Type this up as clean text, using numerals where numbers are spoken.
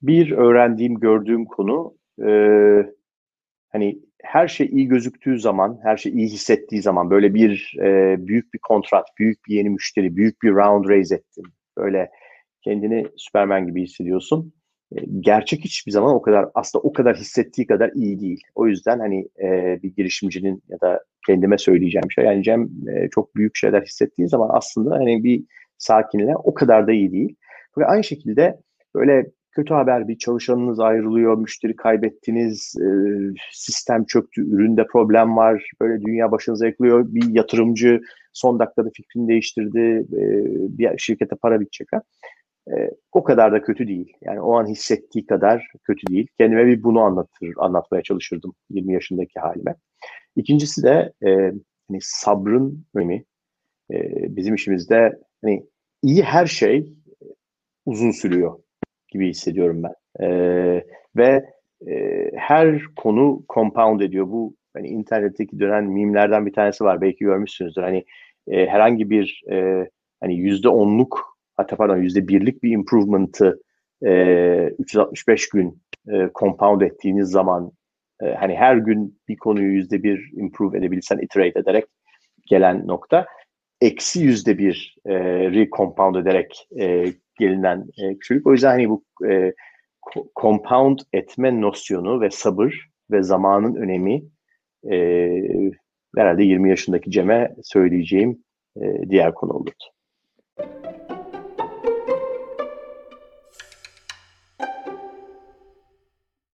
Bir öğrendiğim, gördüğüm konu hani her şey iyi gözüktüğü zaman, her şey iyi hissettiği zaman böyle bir büyük bir kontrat, büyük bir yeni müşteri, büyük bir round raise ettin. Böyle kendini Süperman gibi hissediyorsun. Gerçek hiçbir zaman o kadar aslında o kadar hissettiği kadar iyi değil. O yüzden hani bir girişimcinin ya da kendime söyleyeceğim şey yani Cem çok büyük şeyler hissettiği zaman aslında hani bir sakinle o kadar da iyi değil. Ve aynı şekilde böyle kötü haber bir çalışanınız ayrılıyor, müşteri kaybettiniz, sistem çöktü, üründe problem var, böyle dünya başınıza yıkılıyor, bir yatırımcı son dakikada fikrini değiştirdi, bir şirkete para bitecek. O kadar da kötü değil. Yani o an hissettiği kadar kötü değil. Kendime bir bunu anlatmaya çalışırdım 20 yaşındaki halime. İkincisi de hani sabrın önemi. Bizim işimizde hani iyi her şey uzun sürüyor gibi hissediyorum ben. Ve her konu compound ediyor. Bu hani internetteki dönen mimlerden bir tanesi var. Belki görmüşsünüzdür. Hani herhangi bir hani %10'luk hatta pardon %1'lik bir improvement'ı 365 gün compound ettiğiniz zaman hani her gün bir konuyu %1 improve edebilsen iterate ederek gelen nokta eksi %1 recompound ederek gelinen küçülük. O yüzden hani bu compound etme nosyonu ve sabır ve zamanın önemi e, herhalde 20 yaşındaki Cem'e söyleyeceğim diğer konu olurdu.